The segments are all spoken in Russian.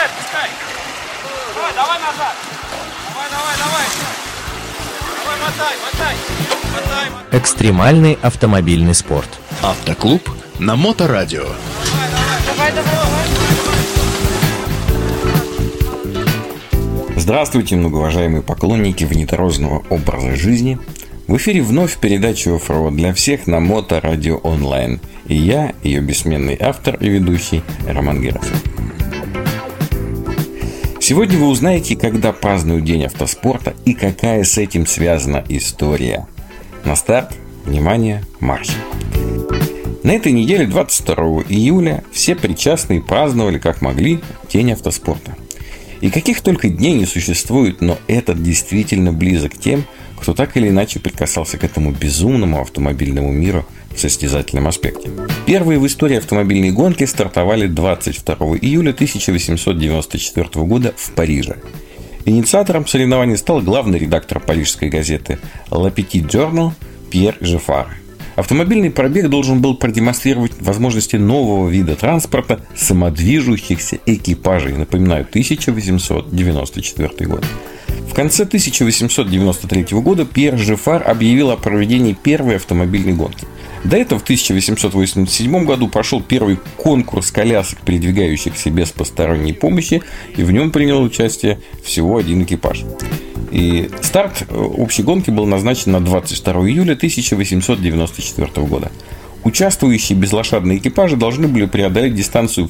отпускай. Давай назад. Давай. Мотай. Экстремальный автомобильный спорт. Автоклуб на Моторадио. Давай. Здравствуйте, многоуважаемые поклонники внедорожного образа жизни. В эфире вновь передача «Оффроуд для всех» на Моторадио онлайн. И я, ее бессменный автор и ведущий Роман Герасов. Сегодня вы узнаете, когда празднуют День автоспорта и какая с этим связана история. На старт, внимание, марш! На этой неделе, 22 июля, все причастные праздновали, как могли, День автоспорта. И каких только дней не существует, но этот действительно близок к тем, кто так или иначе прикасался к этому безумному автомобильному миру в состязательном аспекте. Первые в истории автомобильные гонки стартовали 22 июля 1894 года в Париже. Инициатором соревнований стал главный редактор парижской газеты «La Petite Journal» Пьер Жеффар. Автомобильный пробег должен был продемонстрировать возможности нового вида транспорта самодвижущихся экипажей. Напоминаю, 1894 год. В конце 1893 года Пьер Жеффар объявил о проведении первой автомобильной гонки. До этого в 1887 году прошел первый конкурс колясок, передвигающихся без посторонней помощи, и в нем принял участие всего один экипаж. И старт общей гонки был назначен на 22 июля 1894 года. Участвующие безлошадные экипажи должны были преодолеть дистанцию в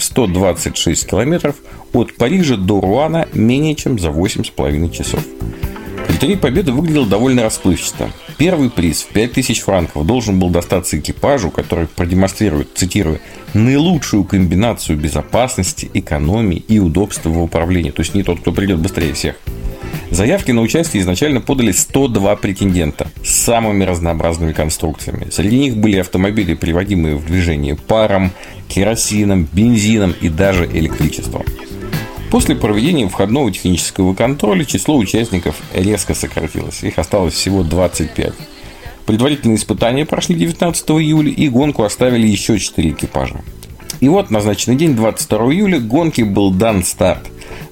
126 километров от Парижа до Руана менее чем за 8,5 часов. Критерий победы выглядел довольно расплывчато. Первый приз в 5000 франков должен был достаться экипажу, который продемонстрирует, цитирую, наилучшую комбинацию безопасности, экономии и удобства в управлении. То есть не тот, кто придет быстрее всех. Заявки на участие изначально подали 102 претендента с самыми разнообразными конструкциями. Среди них были автомобили, приводимые в движение паром, керосином, бензином и даже электричеством. После проведения входного технического контроля число участников резко сократилось. Их осталось всего 25. Предварительные испытания прошли 19 июля, и гонку оставили еще 4 экипажа. И вот назначенный день, 22 июля, гонке был дан старт.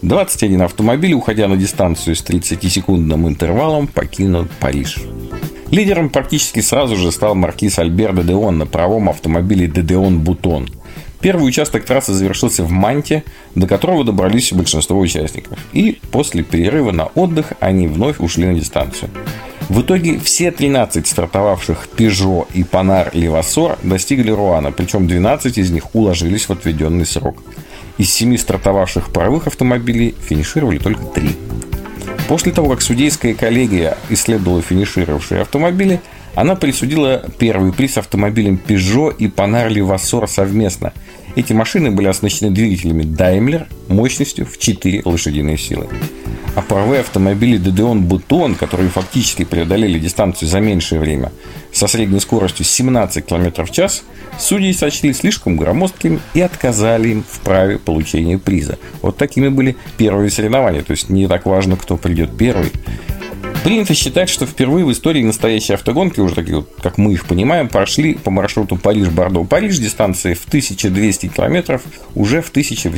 21 автомобиль, уходя на дистанцию с 30-секундным интервалом, покинул Париж. Лидером практически сразу же стал маркиз Альбер де Деон на паровом автомобиле де Деон Бутон. Первый участок трассы завершился в Манте, до которого добрались большинство участников. И после перерыва на отдых они вновь ушли на дистанцию. В итоге все 13 стартовавших Peugeot и Panhard Levassor достигли Руана, причем 12 из них уложились в отведенный срок. Из 7 стартовавших паровых автомобилей финишировали только 3. После того, как судейская коллегия исследовала финишировавшие автомобили, она присудила первый приз автомобилям Peugeot и Panhard Levassor совместно. Эти машины были оснащены двигателями Daimler мощностью в 4 лошадиные силы. А паровые автомобили de Deon Button, которые фактически преодолели дистанцию за меньшее время, со средней скоростью 17 км в час, судьи сочли слишком громоздкими и отказали им в праве получения приза. Вот такими были первые соревнования, то есть не так важно, кто придет первый. Принято считать, что впервые в истории настоящие автогонки, уже такие вот, как мы их понимаем, прошли по маршруту Париж-Бордо-Париж дистанции в 1200 километров уже в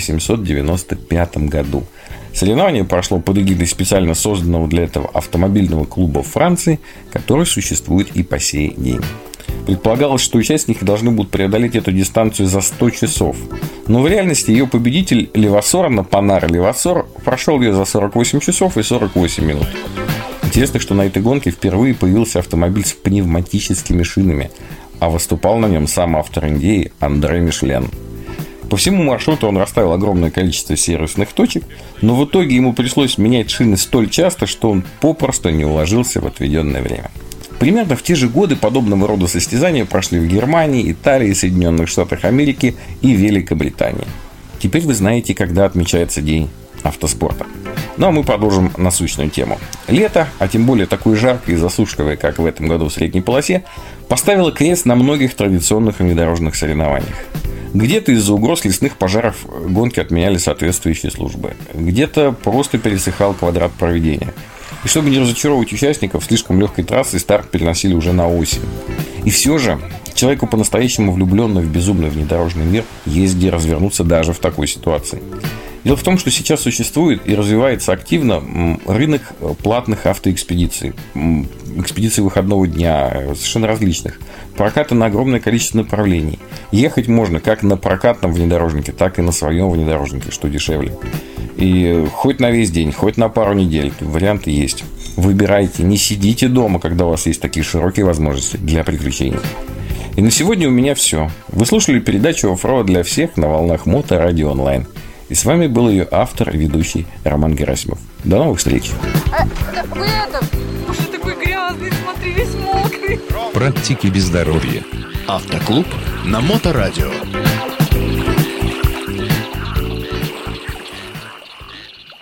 1895 году. Соревнование прошло под эгидой специально созданного для этого автомобильного клуба Франции, который существует и по сей день. Предполагалось, что участники должны будут преодолеть эту дистанцию за 100 часов. Но в реальности ее победитель Levassor на Panhard Levassor прошел ее за 48 часов и 48 минут. Интересно, что на этой гонке впервые появился автомобиль с пневматическими шинами, а выступал на нем сам автор идеи Андре Мишлен. По всему маршруту он расставил огромное количество сервисных точек, но в итоге ему пришлось менять шины столь часто, что он попросту не уложился в отведенное время. Примерно в те же годы подобного рода состязания прошли в Германии, Италии, Соединенных Штатах Америки и Великобритании. Теперь вы знаете, когда отмечается День автоспорта. Ну а мы продолжим насущную тему. Лето, а тем более такое жаркое и засушливое, как в этом году в средней полосе, поставило крест на многих традиционных внедорожных соревнованиях. Где-то из-за угроз лесных пожаров гонки отменяли соответствующие службы. Где-то просто пересыхал квадрат проведения. И чтобы не разочаровывать участников, слишком легкой трассой старт переносили уже на осень. И все же человеку по-настоящему влюбленному в безумный внедорожный мир есть где развернуться даже в такой ситуации. Дело в том, что сейчас существует и развивается активно рынок платных автоэкспедиций, экспедиций выходного дня, совершенно различных, проката на огромное количество направлений. Ехать можно как на прокатном внедорожнике, так и на своем внедорожнике, что дешевле. И хоть на весь день, хоть на пару недель, варианты есть. Выбирайте, не сидите дома, когда у вас есть такие широкие возможности для приключений. И на сегодня у меня все. Вы слушали передачу «Оффроуд для всех» на волнах Моторадио Онлайн. И с вами был ее автор и ведущий Роман Герасимов. До новых встреч! Вы уже такой грязный, смотри, весь мокрый. Практики без здоровья. Автоклуб на Моторадио.